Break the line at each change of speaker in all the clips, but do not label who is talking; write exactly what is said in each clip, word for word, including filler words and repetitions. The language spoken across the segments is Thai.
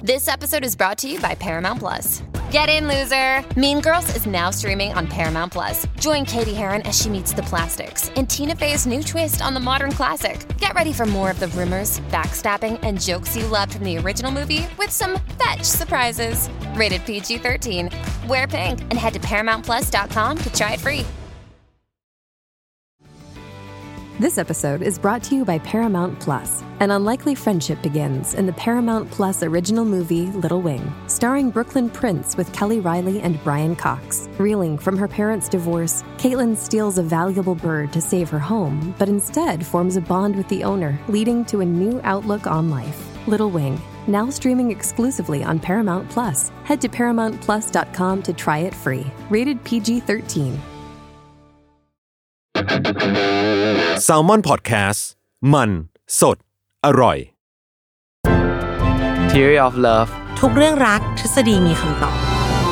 This episode is brought to you by Paramount Plus. Get in, loser! Mean Girls is now streaming on Paramount Plus. Join Katie Heron as she meets the plastics in Tina Fey's new twist on the modern classic. Get ready for more of the rumors, backstabbing, and jokes you loved from the original movie with some fetch surprises. Rated P G thirteen. Wear pink and head to paramount plus dot com to try it free.
This episode is brought to you by Paramount Plus. An unlikely friendship begins in the Paramount Plus original movie Little Wing, starring Brooklyn Prince with Kelly Riley and Brian Cox. Reeling from her parents' divorce, Caitlin steals a valuable bird to save her home, but instead forms a bond with the owner, leading to a new outlook on life. Little Wing, now streaming exclusively on Paramount Plus. Head to paramount plus dot com to try it free. Rated P G thirteen.
Salmon Podcast มันสดอร่อย
Theory of Love
ทุกเรื่องรักทฤษฎีมีคำตอบ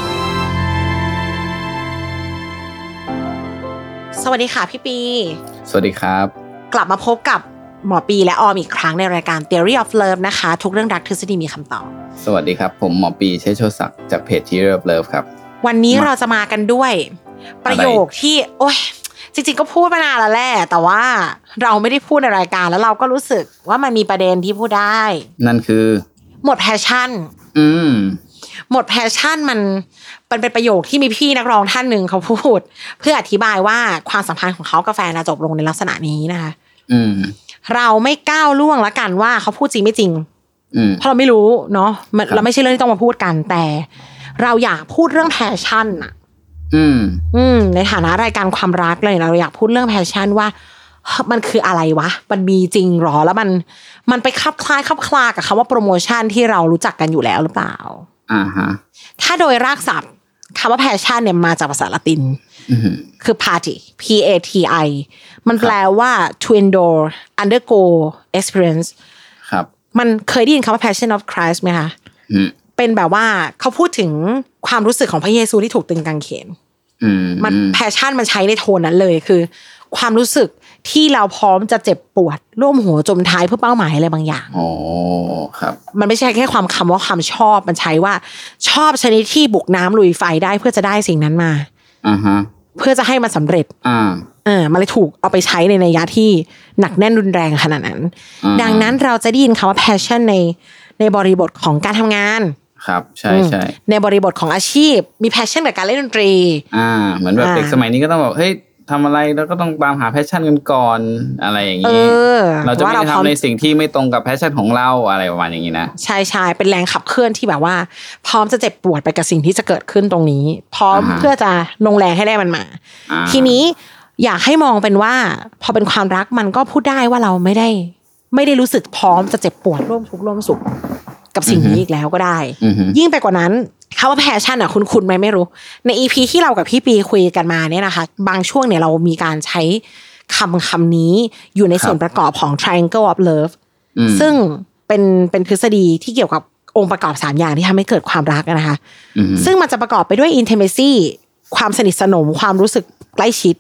สวัสดีค่ะพี่ปี
สวัสดีครับ
กลับมาพบกับหมอปีและออมอีกครั้งในรายการ Theory of Love นะคะทุกเรื่องรักทฤษฎีมีคำตอบ
สวัสดีครับผมหมอปีเชษฐ์โชติศักดิ์จากเพจ Theory of Love ครับ
วันนี้เราจะมากันด้วยประโยคที่โอ๊ยจริงๆก็พูดมานานแล้วแหละแต่ว่าเราไม่ได้พูดในรายการแล้วเราก็รู้สึกว่ามันมีประเด็นที่พูดได้
นั่นคือ
หมดแพชชั่น
อืม
หมดแพชชั่นมันมันเป็นประโยคที่มีพี่นักร้องท่านนึงเขาพูดเพื่ออธิบายว่าความสัมพันธ์ของเขากับแฟนจบลงในลักษณะนี้นะคะ
อืม
เราไม่ก้าวล่วงละกันว่าเขาพูดจริงไม่จริง
อืม
เพราะเราไม่รู้เนาะเราไม่ใช่เรื่องที่ต้องมาพูดกันแต่เราอยากพูดเรื่องแพชชั่นอะ
อืม
อืมในฐานะรายการความรักเลยเราอยากพูดเรื่องแพชชั่นว่ามันคืออะไรวะมันมีจริงหรอแล้วมันมันไปคลับคล้ายคลับคลากับคำว่าโปรโมชั่นที่เรารู้จักกันอยู่แล้วหรือเปล่า
อ่าฮะ
ถ้าโดยรากศัพท์คำว่าแพชชั่นเนี่ยมาจากภาษาละตินคือ party P A T I มันแปลว่า to endure undergo experience
ครับ
มันเคยได้ยินคำว่า passion of Christ ไหมคะเป็นแบบว่าเขาพูดถึงความรู้สึกของพระเยซูที่ถูกตึงกางเขนมันแพชชั่นมันใช้ในโทนนั้นเลยคือความรู้สึกที่เราพร้อมจะเจ็บปวดร่วมหัวจมท้ายเพื่อเป้าหมายอะไรบางอย่าง
อ๋อครับ
มันไม่ใช่แค่ความคำว่าความชอบมันใช้ว่าชอบชนิดที่บุกน้ำลุยไฟได้เพื่อจะได้สิ่งนั้นมา
อ่าฮะ
เพื่อจะให้มันสำเร็จ
อ่า
เออมันเลยถูกเอาไปใช้ในนัยยะที่หนักแน่นรุนแรงขนาดนั้นดังนั้นเราจะได้ยินคำว่า passion ในในบริบทของการทำงาน
ครับใช่ใช่
ในบริบทของอาชีพมีแพชชั่นกับการเล่นดนตรี
อ่าเหมือนแบบเด็กสมัยนี้ก็ต้องบอกเฮ้ยทำอะไรแล้วก็ต้องตามหาแพชชั่นกันก่อนอะไรอย่างนี้เราจะไม่ทำในสิ่งที่ไม่ตรงกับแพชชั่นของเราอะไรประมาณอย่างนี้นะ
ใช่ใช่เป็นแรงขับเคลื่อนที่แบบว่าพร้อมจะเจ็บปวดไปกับสิ่งที่จะเกิดขึ้นตรงนี้พร้อมเพื่อจะลงแรงให้ได้มันมาทีนี้อยากให้มองเป็นว่าพอเป็นความรักมันก็พูดได้ว่าเราไม่ได้ไม่ได้รู้สึกพร้อมจะเจ็บปวดร่วมทุกข์ร่วมสุขกับสิ่งนี้อีกแล้วก็ได้ยิ่งไปกว่านั้นคำว่าแพชชั่นอ่ะคุณคุณไหมไม่รู้ใน อี พี ที่เรากับพี่ปีคุยกันมาเนี่ยนะคะบางช่วงเนี่ยเรามีการใช้คำคำนี้อยู่ในส่วนประกอบของ Triangle of Love ซึ่งเป็นเป็นทฤษฎีที่เกี่ยวกับองค์ประกอบสามอย่างที่ทำให้เกิดความรักนะคะซึ่งมันจะประกอบไปด้วย intimacy ความสนิทสนมความรู้สึกใกล้ชิด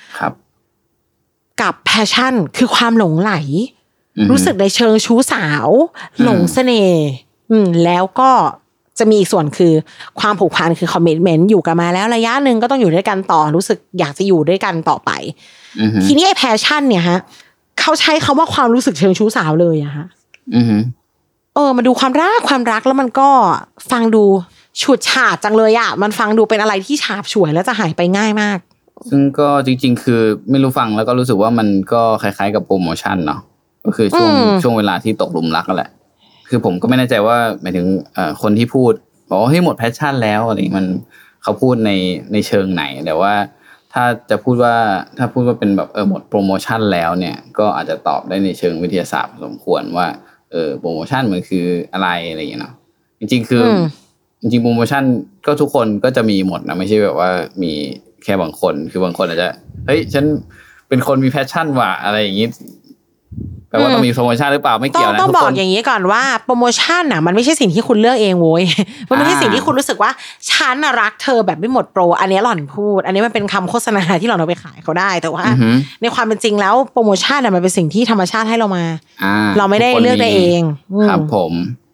กับ passion คือความหลงไหลรู้สึกในเชิงชู้สาวหลงเสน่ห์แล้วก็จะมีอีกส่วนคือความผูกพันคือ commitment อยู่กันมาแล้วระยะนึงก็ต้องอยู่ด้วยกันต่อรู้สึกอยากจะอยู่ด้วยกันต่อไปทีนี้ไอ้ passion เนี่ยฮะเขาใช้คำว่าความรู้สึกเชิงชู้สาวเลยอะฮะเออมาดูความรักความรักแล้วมันก็ฟังดูฉูดฉาดจังเลยอะมันฟังดูเป็นอะไรที่ฉาบฉวยแล้วจะหายไปง่ายมาก
ซึ่งก็จริงๆคือไม่รู้ฟังแล้วก็รู้สึกว่ามันก็คล้ายๆกับโปรโมชั่นเนาะก็คือช่วงช่วงเวลาที่ตกหลุมรักนั่นแหละคือผมก็ไม่แน่ใจว่าหมายถึงเอ่อคนที่พูดบอกว่าเฮ้ยหมดแพชชั่นแล้วอะไรมันเขาพูดในในเชิงไหนแต่ว่าถ้าจะพูดว่าถ้าพูดว่าเป็นแบบเออหมดโปรโมชั่นแล้วเนี่ยก็อาจจะตอบได้ในเชิงวิทยาศาสตร์สมควรว่าเออโปรโมชั่นมันคืออะไรอะไรอย่างเงี้ยเนาะจริงๆคือจริงๆโปรโมชั่นก็ทุกคนก็จะมีหมดนะไม่ใช่แบบว่ามีแค่บางคนคือบางคนอาจจะเฮ้ยฉันเป็นคนมีแพชชั่นว่ะอะไรอย่างงี้แปลว่าต้องมีโปรโมชั่นหรือเปล่าไม่เกี่ยวนะ
ต้องบอกอย่างนี้ก่อนว่าโปรโมชั่นน่ะมันไม่ใช่สิ่งที่คุณเลือกเองโว้ยมันไม่ใช่สิ่งที่คุณรู้สึกว่าฉันน่ะรักเธอแบบไม่หมดโปรอันนี้หล่อนพูดอันนี้มันเป็นคำโฆษณาที่หล่อนเอาไปขายเขาได้แต่ว่าในความเป็นจริงแล้วโปรโมชั่นน่ะมันเป็นสิ่งที่ธรรมชาติให้เรามาเราไม่ได้เลือกได้เอง
ครับผมโ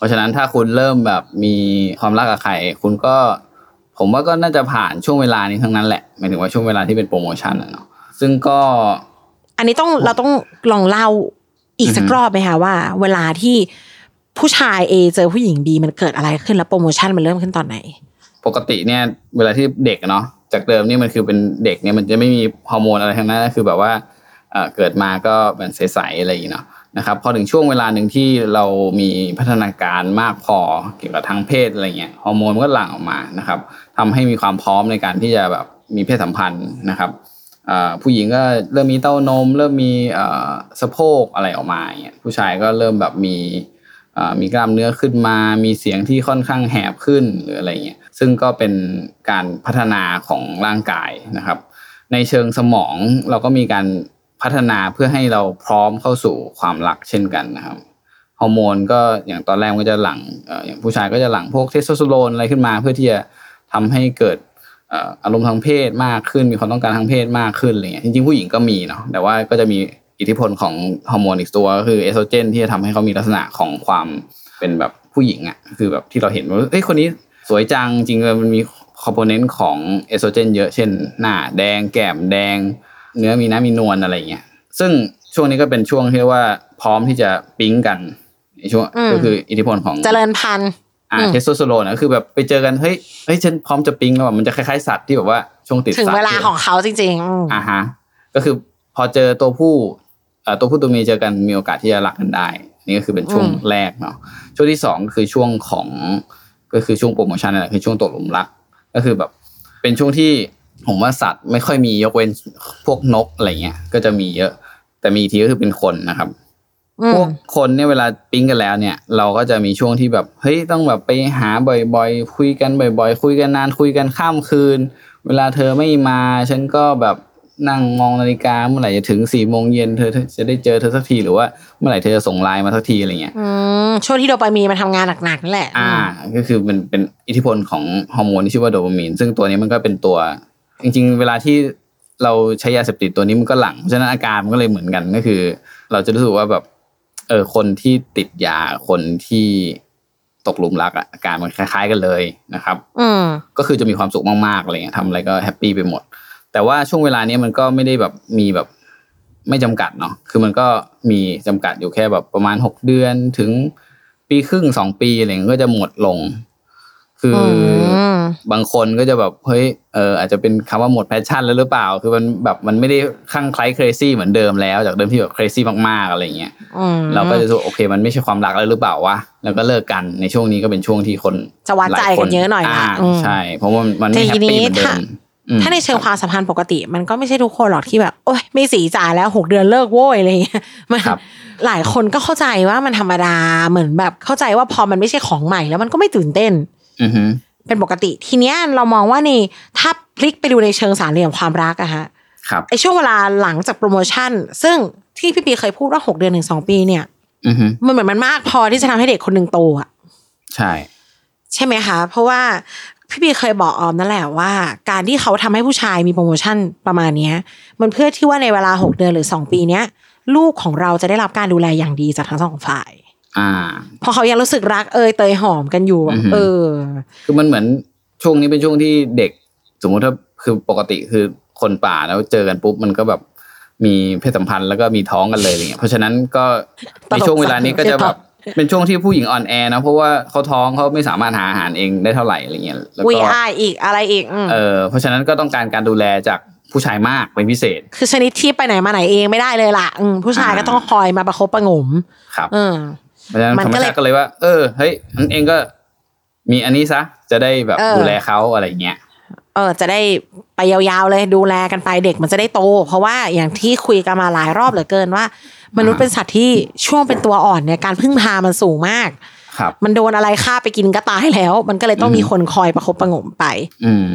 ราะฉะนั้นถ้าคุณเริ่มแบบมีความรักกับใครคุณก็ผมว่าก็น่าจะผ่านช่วงเวลานี้ทั้งนั้นแหละหมายถึงว่าช่วงเวลาที่เป็นโปรโมชั่นอ่ะเนาะซึ่งก็
อันนี้ต้องเราต้องลองเล่าอีกสักรอบไหมคะว่าเวลาที่ผู้ชาย A เจอผู้หญิง B มันเกิดอะไรขึ้นแล้วโปรโมชั่นมันเริ่มขึ้นตอนไหน
ปกติเนี่ยเวลาที่เด็กเนาะจากเดิมนี่มันคือเป็นเด็กเนี่ยมันจะไม่มีฮอร์โมนอะไรทั้งนั้นคือแบบว่าเอ่อเกิดมาก็เป็นใสๆอะไรอย่างเงี้ยเนาะนะครับพอถึงช่วงเวลาหนึ่งที่เรามีพัฒนาการมากพอเกี่ยวกับทางเพศอะไรเงี้ยฮอร์โมนก็หลั่งออกมานะครับทำให้มีความพร้อมในการที่จะแบบมีเพศสัมพันธ์นะครับผู้หญิงก็เริ่มมีเต้านมเริ่มมีสะโพกอะไรออกมาอย่างเงี้ยผู้ชายก็เริ่มแบบมีมีกล้ามเนื้อขึ้นมามีเสียงที่ค่อนข้างแหบขึ้นหรืออะไรเงี้ยซึ่งก็เป็นการพัฒนาของร่างกายนะครับในเชิงสมองเราก็มีการพัฒนาเพื่อให้เราพร้อมเข้าสู่ความรักเช่นกันนะครับฮอร์โมนก็อย่างตอนแรกก็จะหลั่งเอ่ออย่างผู้ชายก็จะหลั่งพวกเทสโทสเตอโรนอะไรขึ้นมาเพื่อที่จะทำให้เกิดเอ่ออารมณ์ทางเพศมากขึ้นมีความต้องการทางเพศมากขึ้นอะไรเงี้ยจริงๆผู้หญิงก็มีเนาะแต่ว่าก็จะมีอิทธิพลของฮอร์โมนอีกตัวก็คือเอสโตรเจนที่จะทำให้เขามีลักษณะของความเป็นแบบผู้หญิงอ่ะคือแบบที่เราเห็นว่าเอ้ยคนนี้สวยจังจริงๆมันมีคอมโพเนนต์ของเอสโตรเจนเยอะเช่นหน้าแดงแก้มแดงเนื้อมีน้ำมีนวลอะไรเงี้ยซึ่งช่วงนี้ก็เป็นช่วงที่เรียกว่าพร้อมที่จะปิ๊งกันในช่วงก็คืออิทธิพลของ
เจริญพันธุ์
อ่าเทสโทสเตอโรนนะคือแบบไปเจอกันเฮ้ยเฮ้ยฉันพร้อมจะปิ๊งแล้วแบบมันจะคล้ายๆสัตว์ที่แบบว่าช่วงติดสัตว์
ถึงเวลาของเขาจริง
ๆอ่าฮะก็คือพอเจอตัวผู้เอ่อตัวผู้ตัวเมียเจอกันมีโอกาสที่จะรักกันได้นี่ก็คือเป็นช่วงแรกเนาะช่วงที่สองคือช่วงของก็คือช่วงโปรโมชั่นนั่นแหละคือช่วงตกหลุมรักก็คือแบบเป็นช่วงที่ผมว่าสัตว์ไม่ค่อยมียกเว้นพวกนกอะไรเงี้ยก็จะมีเยอะแต่มีทีก็คือเป็นคนนะครับพวกคนเนี่ยเวลาปิ๊งกันแล้วเนี่ยเราก็จะมีช่วงที่แบบเฮ้ยต้องแบบไปหาบ่อยๆคุยกันบ่อยๆคุยกันนานคุยกันข้ามคืนเวลาเธอไม่มาฉันก็แบบนั่งมองนาฬิกาเมื่อไหร่จะถึงสี่โมงเย็นเธอจะได้เจอเธอสักทีหรือว่าเมื่อไหร่เธอจะส่งไลน์มาสักทีอะไรเงี้ย
อืมช่วงที่โดปามีนมันทำงานหนักๆนั่นแหละ
อ่าก็คือมันเป็นอิทธิพลของฮอร์โมนที่ชื่อว่าโดปามีนซึ่งตัวนี้มันก็เป็นตัวจริงๆเวลาที่เราใช้ยาเสพติดตัวนี้มันก็หลั่งเพราะฉะนั้นอาการมันก็เลยเหมือนกันก็คือเราจะรู้สึกว่าแบบเออคนที่ติดยาคนที่ตกหลุมรักอ่ะอาการมันคล้ายๆกันเลยนะครับ
อืม
ก็คือจะมีความสุขมากๆอะไรเงี้ยทำอะไรก็แฮปปี้ไปหมดแต่ว่าช่วงเวลานี้มันก็ไม่ได้แบบมีแบบไม่จำกัดเนาะคือมันก็มีจำกัดอยู่แค่แบบประมาณหกเดือนถึงปีครึ่งสองปีอะไรเงี้ยก็จะหมดลงคือบางคนก็จะแบบเฮ้ยเอออาจจะเป็นคำว่าหมดแพชชั่นแล้วหรือเปล่าคือมันแบบมันไม่ได้คลั่งไคล้ crazy เหมือนเดิมแล้วจากเดิมที่แบบ crazy มากๆอะไรเงี้ยเราก็จะรู้โอเคมันไม่ใช่ความรักแล้วหรือเปล่าวะแล้วก็เลิกกันในช่วงนี้ก็เป็นช่วงที่คน
จะวัดใจกันเยอะหน่อยนะ
ใช่เพราะว่ามันไม่แฮปปี้เหมือนเดิม
ถ้าในเชิงความสัมพันธ์ปกติมันก็ไม่ใช่ทุกคนหรอกที่แบบโอ๊ยไม่สีจ่ายแล้วหกเดือนเลิกโว้ยอะไรอย่างเงี้ยมันหลายคนก็เข้าใจว่ามันธรรมดาเหมือนแบบเข้าใจว่าพอมันไม่ใช่ของใหม่แล้วมันก็ไม่ตื่นเต้นเป็นปกติทีเนี้ยเรามองว่านี่ถ้าพลิกไปดูในเชิงสามเหลี่ยมความรักอะฮะไอช่วงเวลาหลังจากโปรโมชั่นซึ่งที่พี่ปีเคยพูดว่าหกเดือนถึงสองปีเนี่ยมันเหมือนมันมากพอที่จะทำให้เด็กคนหนึ่งโตอะ
ใช่
ใช่ไหมคะเพราะว่าพี่ปีเคยบอกออมนั่นแหละว่าการที่เขาทำให้ผู้ชายมีโปรโมชั่นประมาณนี้มันเพื่อที่ว่าในเวลาหกเดือนหรือสองปีเนี้ยลูกของเราจะได้รับการดูแลอย่างดีจากทั้งสองฝ่าย
อ่า
พอเขายังรู้สึกรักเอยเตยหอมกันอยู่เออ
คือมันเหมือนช่วงนี้เป็นช่วงที่เด็กสมมุติถ้าคือปกติคือคนป่าแล้วเจอกันปุ๊บมันก็แบบมีเพศสัมพันธ์แล้วก็มีท้องกันเลยอะไรเงี้ยเพราะฉะนั้นก็ในช่วงเวลานี้ก็จะแบบเป็นช่วงที่ผู้หญิงอ่อนแอนะเพราะว่าเขาท้องเขาไม่สามารถหาอาหารเองได้เท่าไหร่อะไรเงี้ย
แล้วก็วีอาร์อีกอะไรอีก
เออเพราะฉะนั้นก็ต้องการการดูแลจากผู้ชายมากเป็นพิเศษ
คือชนิดที่ไปไหนมาไหนเองไม่ได้เลยล่ะผู้ชายก็ต้องคอยมาประคบประงม
ครับ
เออ
เพราะฉะนั้นธรรมชาติก็เลยว่าเออเฮ้ยนั่นเองก็มีอันนี้ซะจะได้แบบดูแลเขาอะไรเงี้ย
เออจะได้ไปยาวๆเลยดูแลกันไปเด็กมันจะได้โตเพราะว่าอย่างที่คุยกันมาหลายรอบเหลือเกินว่ามนุษย์เป็นสัตว์ที่ช่วงเป็นตัวอ่อนเนี่ยการพึ่งพามันสูงมาก
ครับ
มันโดนอะไรฆ่าไปกินก็ตายแล้วมันก็เลยต้องมีคนคอยประคบประงมไป
อืม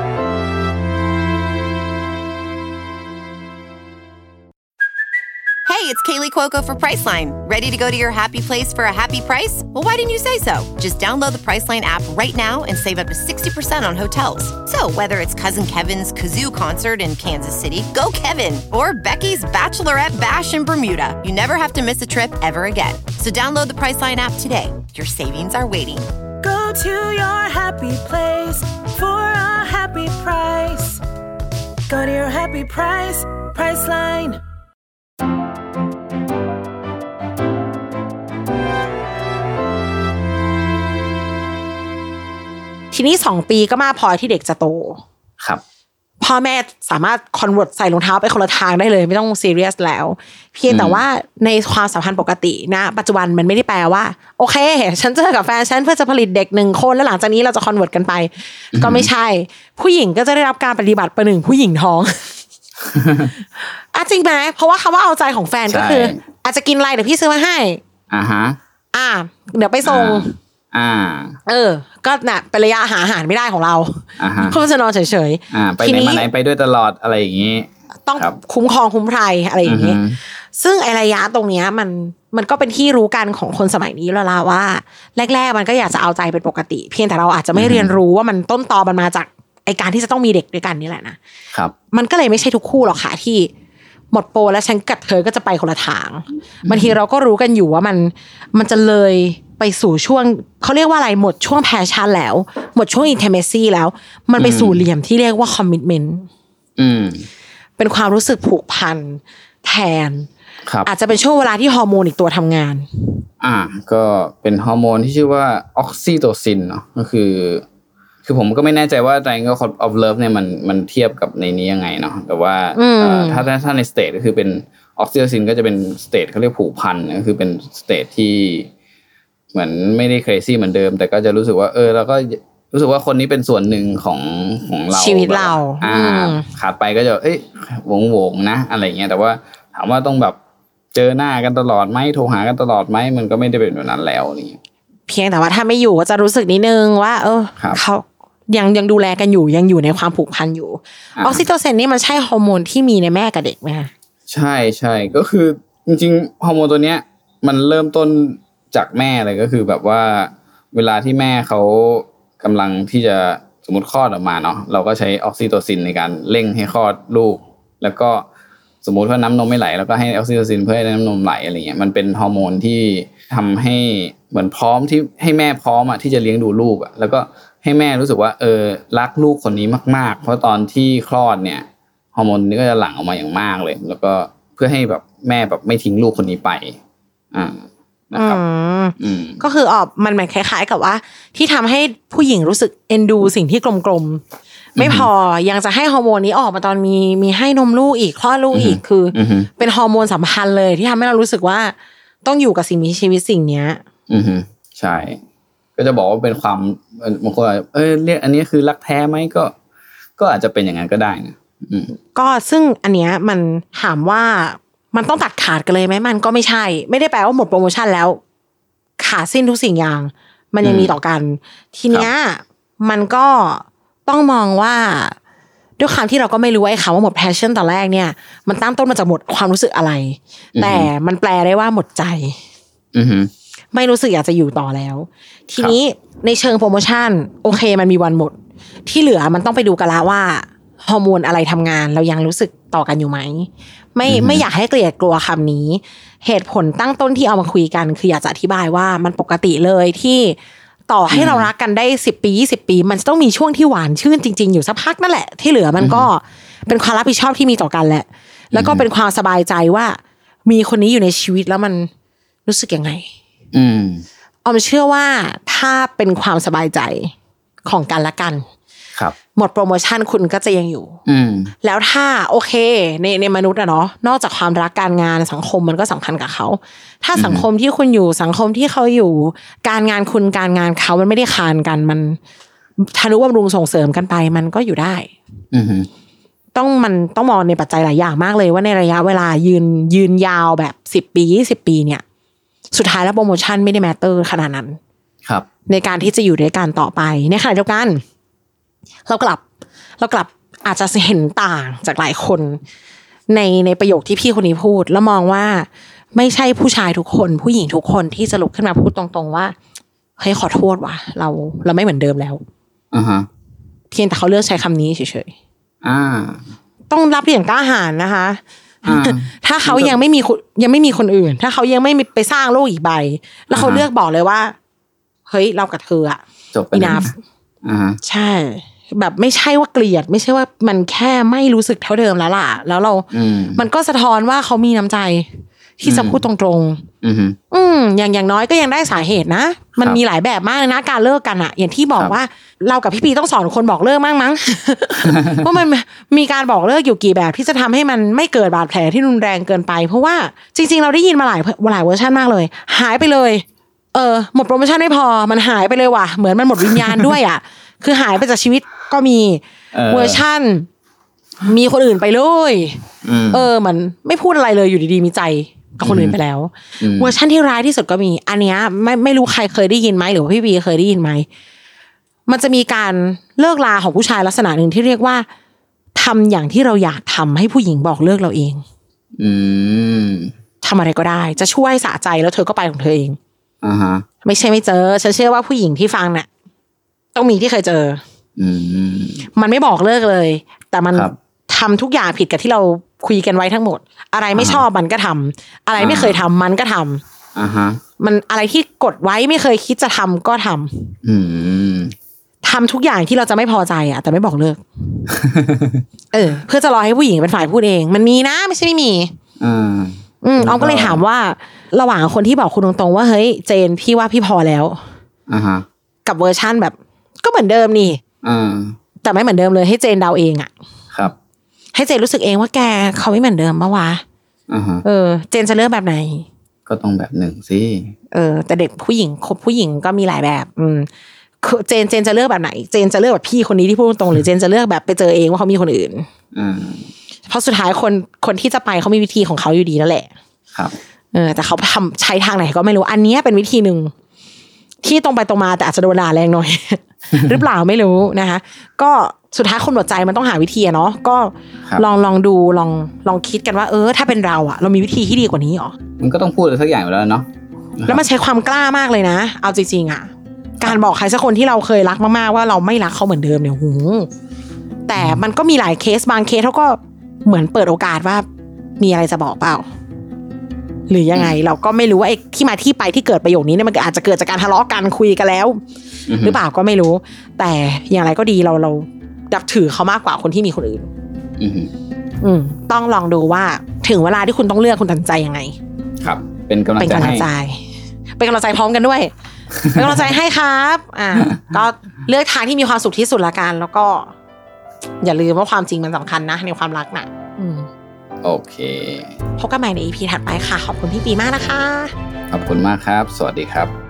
เฮ้
Hey, it's Kaylee Cuoco for Priceline. Ready to go to your happy place for a happy price? Well, why didn't you say so? Just download the Priceline app right now and save up to sixty percent on hotels. So whether it's Cousin Kevin's Kazoo Concert in Kansas City, go Kevin, or Becky's Bachelorette Bash in Bermuda, you never have to miss a trip ever again. So download the Priceline app today. Your savings are waiting.
Go to your happy place for a happy price. Go to your happy price, Priceline.
ทีนี้สองปีก็มาพอที่เด็กจะโต
ครับ
พ่อแม่สามารถคอนเวิร์ตใส่รองเท้าไปคนละทางได้เลยไม่ต้องซีเรียสแล้วเพียงแต่ว่าในความสัมพันธ์ปกตินะปัจจุบันมันไม่ได้แปลว่าโอเคฉันเจอกับแฟนฉันเพื่อจะผลิตเด็กหนึ่งคนแล้วหลังจากนี้เราจะคอนเวิร์ตกันไปก็ไม่ใช่ผู้หญิงก็จะได้รับการปฏิบัติประหนึ่งผู้หญิงท้องอ่ะจริงไหมเพราะว่าคำว่าเอาใจของแฟนก็คืออาจจะกินอะไรเดี๋ยวพี่ซื้อมาให้
อ่าฮะ
อ่าเดี๋ยวไปส่ง
อ่า
เออก็น่ะเป็นระยะหาอาหารไม่ได้ของเรา
อ่าฮะ
เพราะจะนอนเฉยๆ
อ่าไปไหนมาไหนไปด้วยตลอดอะไรอย่างงี้
ต้องคุ้มครองคุ้มภัยอะไรอย่างงี้ซึ่งไอระยะตรงเนี้ยมันมันก็เป็นที่รู้กันของคนสมัยนี้แล้วล่ะว่าแรกๆมันก็อยากจะเอาใจเป็นปกติเพียงแต่เราอาจจะไม่เรียนรู้ว่ามันต้นตอมันมาจากไอการที่จะต้องมีเด็กด้วยกันนี่แหละนะครับมันก็เลยไม่ใช่ทุกคู่หรอกค่ะที่หมดโปรแล้วฉันกับเธอก็จะไปคนละทางบางทีเราก็รู้กันอยู่ว่ามันมันจะเลยไปสู่ช่วงเขาเรียกว่าอะไรหมดช่วงแพชชั่นแล้วหมดช่วงอินเทอร์เมซี่แล้วมันไปสู่เหลี่ยมที่เรียกว่าคอมมิตเมนต์เป็นความรู้สึกผูกพันแทนอาจจะเป็นช่วงเวลาที่ฮอร์โมนอีกตัวทำงาน
อ่าก็เป็นฮอร์โมนที่ชื่อว่าออกซิโทซินเนาะก็คือคือผมก็ไม่แน่ใจว่า triangle of love เนี่ยมันมันเทียบกับในนี้ยังไงเนาะแต่ว่าถ้าถ้าในสเตทก็คือเป็นออกซิโทซินก็จะเป็นสเตทเขาเรียกผูกพันก็คือเป็นสเตทที่เหมือนไม่ได้ crazy เหมือนเดิมแต่ก็จะรู้สึกว่าเออแล้วก็รู้สึกว่าคนนี้เป็นส่วนหนึ่งของของเรา
ชีวิตเรา
อ่าขาดไปก็จะเอ้ยวงวงนะอะไรเงี้ยแต่ว่าถามว่าต้องแบบเจอหน้ากันตลอดไหมโทรหากันตลอดไหมมันก็ไม่ได้เป็นแบบนั้นแล้วนี่
เพียงแต่ว่าถ้าไม่อยู่ก็จะรู้สึกนิดนึงว่าเออเขายังยังดูแลกันอยู่ยังอยู่ในความผูกพันอยู่ออกซิโทซินนี่มันใช่ฮอร์โมนที่มีในแม่กับเด็กไหมคะ
ใช่ใช่ก็คือจริงๆฮอร์โมนตัวเนี้ยมันเริ่มต้นจากแม่เลยก็คือแบบว่าเวลาที่แม่เขากำลังที่จะสมมติคลอดออกมาเนาะเราก็ใช้ออกซิโทซินในการเร่งให้คลอดลูกแล้วก็สมมติว่าน้ำนมไม่ไหลแล้วก็ให้ออกซิโทซินเพื่อให้น้ำนมไหลอะไรเงี้ยมันเป็นฮอร์โมนที่ทำให้เหมือนพร้อมที่ให้แม่พร้อมอ่ะที่จะเลี้ยงดูลูกอ่ะแล้วก็ให้แม่รู้สึกว่าเออรักลูกคนนี้มากๆเพราะตอนที่คลอดเนี่ยฮอร์โมนนี้ก็จะหลั่งออกมาอย่างมากเลยแล้วก็เพื่อให้แบบแม่แบบไม่ทิ้งลูกคนนี้ไปอ่านะครับ
ก็คือออกมันเหมือนคล้ายๆกับว่าที่ทำให้ผู้หญิงรู้สึกเอ็นดูสิ่งที่กลมๆไม่พอยังจะให้ฮอร์โมนนี้ออกมาตอนมีมีให้นมลูกอีกคลอดลูกอีกคือเป็นฮอร์โมนสัมพันธ์เลยที่ทำให้เรารู้สึกว่าต้องอยู่กับสิ่งมีชีวิตสิ่งเนี้ย
อือฮึใช่ก็จะบอกว่าเป็นความบางคนเออเรียกอันนี้คือรักแท้ไหมก็ก็อาจจะเป็นอย่างนั้นก็ได้นะ
ก็ซึ่งอันเนี้ยมันถามว่ามันต้องตัดขาดกันเลยไหมมันก็ไม่ใช่ไม่ได้แปลว่าหมดโปรโมชั่นแล้วขาดสิ้นทุกสิ่งอย่างมันยังมีต่อกันทีเนี้ยมันก็ต้องมองว่าด้วยความที่เราก็ไม่รู้ไอ้คำว่าหมดแพชชั่นตอนแรกเนี่ยมันตั้งต้นมาจากหมดความรู้สึกอะไรแต่มันแปลได้ว่าหมดใจไม่รู้สึกอยากจะอยู่ต่อแล้วทีนี้ในเชิงโปรโมชั่นโอเคมันมีวันหมดที่เหลือมันต้องไปดูกันละว่าฮอร์โมนอะไรทำงานเรายังรู้สึกต่อกันอยู่ไหมไม่ไม่อยากให้เกลียดกลัวคำนี้เหตุผลตั้งต้นที่เอามาคุยกันคืออยากจะอธิบายว่ามันปกติเลยที่ต่อให้เรารักกันได้สิบปียี่สิบปีมันจะต้องมีช่วงที่หวานชื่นจริงๆอยู่สักพักนั่นแหละที่เหลือมันก็เป็นความรับผิดชอบที่มีต่อกันแหละแล้วก็เป็นความสบายใจว่ามีคนนี้อยู่ในชีวิตแล้วมันรู้สึกยังไง
อืม
ออมเชื่อว่าถ้าเป็นความสบายใจของกันและกัน
ครับ
หมดโปรโมชั่นคุณก็จะยังอยู่
อืม
แล้วถ้าโอเคในในมนุษย์อะเนาะนอกจากความรักการงานสังคมมันก็สำคัญกับเขาถ้าสังคมที่คุณอยู่สังคมที่เขาอยู่การงานคุณการงานเขามันไม่ได้คานกันมันทะนุบำรุงส่งเสริมกันไปมันก็อยู่ได้
อือ
ต้องมันต้องมองในปัจจัยหลายอย่างมากเลยว่าในระยะเวลายืนยืนยาวแบบสิบปียี่สิบปีเนี่ยสุดท้ายแล้วโปรโมชั่นไม่ได้แมตเตอร์ขนาดนั้น
ครับ
ในการที่จะอยู่ด้วยกันต่อไปในขณะเดียวกันเรากลับเรากลับอาจจะเห็นต่างจากหลายคนในในประโยคที่พี่คนนี้พูดแล้วมองว่าไม่ใช่ผู้ชายทุกคนผู้หญิงทุกคนที่จะลุกขึ้นมาพูดตรงๆว่าเฮ้ยขอโทษว่ะเราเราไม่เหมือนเดิมแล้ว
อ่าฮะ
เพียงแต่เขาเลือกใช้คำนี้เฉย
ๆอ่า
ต้องรับอย่างกล้าหาญนะคะถ้าเขายังไม่มียังไม่มีคนอื่นถ้าเขายังไม่ไปสร้างโลกอีกใบแล้วเขาเลือกบอกเลยว่าเฮ้ยเรากับเธออะ
จบไปนะ
อ่าใช่แบบไม่ใช่ว่าเกลียดไม่ใช่ว่ามันแค่ไม่รู้สึกเท่าเดิมแล้วล่ะแล้วเรามันก็สะท้อนว่าเขามีน้ำใจที่จะพูดตรงๆอืมอืมอย่างอย่างน้อยก็ยังได้สาเหตุนะมันมีหลายแบบมากเลยนะการเลิกกันอะอย่างที่บอกว่าเรากับพี่ปีต้องสอนคนบอกเลิกมั้งมั้งเพราะมันมีการบอกเลิกอยู่กี่แบบที่จะทำให้มันไม่เกิดบาดแผลที่รุนแรงเกินไปเพราะว่าจริงๆเราได้ยินมาหลายหลายเวอร์ชันมากเลยหายไปเลยเออหมดโปรโมชั่นไม่พอมันหายไปเลยว่ะเหมือนมันหมดวิญญาณด้วยอ่ะคือหายไปจากชีวิตก็มีเวอร์ชันมีคนอื่นไปเลยเออมันไม่พูดอะไรเลยอยู่ดีๆมีใจกับคนอื่นไปแล้วเวอร์ชันที่ร้ายที่สุดก็มีอันเนี้ยไม่ไม่รู้ใครเคยได้ยินไหมหรือว่าพี่บีเคยได้ยินไหมมันจะมีการเลิกลาของผู้ชายลักษณะหนึ่งที่เรียกว่าทำอย่างที่เราอยากทำให้ผู้หญิงบอกเลิกเราเอง
อืม
ทำอะไรก็ได้จะช่วยสะใจแล้วเธอก็ไปของเธอเอง
อ่าฮะ
ไม่ใช่ไม่เจอฉันเชื่อว่าผู้หญิงที่ฟังเนี่ยต้องมีที่เคยเจอ
อืม
มันไม่บอกเลิกเลยแต่มันทำทุกอย่างผิดกับที่เราคุยกันไว้ทั้งหมดอะไรไม่ชอบมันก็ทำอะไรไม่เคยทำมันก็ท
ำอ่าฮะ
มันอะไรที่กดไว้ไม่เคยคิดจะทำก็ทำ
อืม
ทำทุกอย่างที่เราจะไม่พอใจอ่ะแต่ไม่บอกเลิก เออเพื่อจะรอให้ผู้หญิงเป็นฝ่ายพูดเองมันมีนะไม่ใช่ไม่มี
อืม
อืมออมก็เลยถามว่าระหว่างคนที่บอกคุณตรงๆว่าเฮ้ยเจนพี่ว่าพี่พอแล้ว
อ่าฮะ
กับเวอร์ชั่นแบบก็เหมือนเดิมนี่
อืม
แต่ไม่เหมือนเดิมเลยให้เจนเดาเองอ่ะ
ครับ
ให้เจนรู้สึกเองว่าแกเขาไม่เหมือนเดิมปะวะ
อ่าฮะ
เออเจนจะเลือกแบบไหน
ก็ต้องแบบหนึ่งสิ
เออแต่เด็กผู้หญิงคบผู้หญิงก็มีหลายแบบอืมเจนเจนจะเลือกแบบไหนเจนจะเลือกแบบพี่คนนี้ที่พูดตรงๆหรือเจนจะเลือกแบบไปเจอเองว่าเขามีคนอื่น
อืม
เพราะสุดท้ายคนคนที่จะไปเขามีวิธีของเขาอยู่ดีนั่นแหละ
ครับ
เออแต่เขาทำใช้ทางไหนก็ไม่รู้อันนี้เป็นวิธีหนึ่งที่ตรงไปตรงมาแต่อาจจะโดนด่าแรงหน่อย หรือเปล่าไม่รู้นะคะก็สุดท้ายคนหมดใจมันต้องหาวิธีเนาะก็ลองลองดูลองลองคิดกันว่าเออถ้าเป็นเราอะเรามีวิธีที่ดีกว่านี้หรอ
มันก็ต้องพูดอะไรสักอย่างอยู่แล้วเนาะ
แล้วมันใช้ความกล้ามากเลยนะเอาจริงๆอะการบอกใครสักคนที่เราเคยรักมากๆว่าเราไม่รักเขาเหมือนเดิมเนี่ยโหแต่มันก็มีหลายเคสบางเคสเขาก็เหมือนเปิดโอกาสว่ามีอะไรจะบอกเปล่าหรือยังไงเราก็ไม่รู้ว่าไอ้ที่มาที่ไปที่เกิดประโยคนี้เนี่ยมันอาจจะเกิดจากการทะเลาะกันคุยกันแล้วหรือเปล่าก็ไม่รู้แต่อย่างไรก็ดีเราเราดับถือเขามากกว่าคนที่มีคนอื่นอืมต้องลองดูว่าถึงเวลาที่คุณต้องเลือกคุณตัดสินใจยังไง
ครับเป็นกำลังใจเป็นกำลังใจ
เป็นกำลังใจพร้อมกันด้วยเป็นกำลังใจให้ครับอ่าก็เลือกทางที่มีความสุขที่สุดละกันแล้วก็อย่าลืมว่าความจริงมันสำคัญนะในความรักน่ะอืม
โอเค
พบกันใหม่ใน อี พี ถัดไปค่ะขอบคุณพี่ปีมากนะคะ
ขอบคุณมากครับสวัสดีครับ